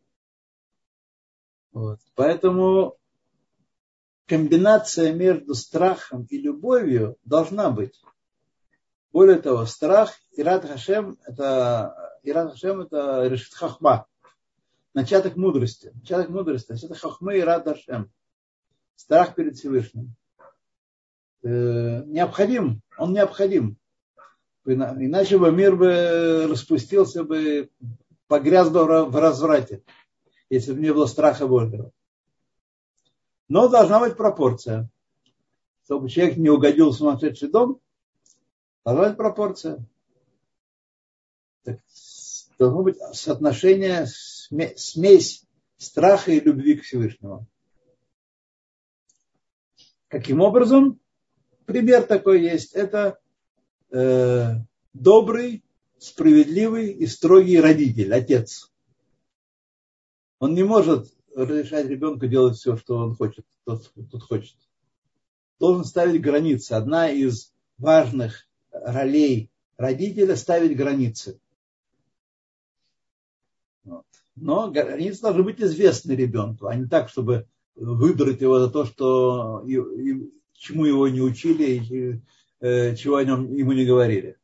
Вот. Поэтому комбинация между страхом и любовью должна быть. Более того, страх, ират Хашем, это ират Хашем, это решит хахма, начаток мудрости. Начаток мудрости, это хахма и ират Хашем. Страх перед Всевышним. Э, необходим, он необходим. Иначе бы мир бы распустился бы, погряз бы в разврате, если бы не было страха Божьего. Но должна быть пропорция. Чтобы человек не угодил в сумасшедший дом, должна быть пропорция. Так, должно быть соотношение, смесь страха и любви к Всевышнему. Каким образом? Пример такой есть. Это э, добрый, справедливый и строгий родитель, отец. Он не может разрешать ребенку делать все, что он хочет, тот, тот хочет. Должен ставить границы. Одна из важных ролей родителя — ставить границы. Вот. Но границы должны быть известны ребенку, а не так, чтобы выдрать его за то, что и, и, чему его не учили, и, э, чего о нем ему не говорили.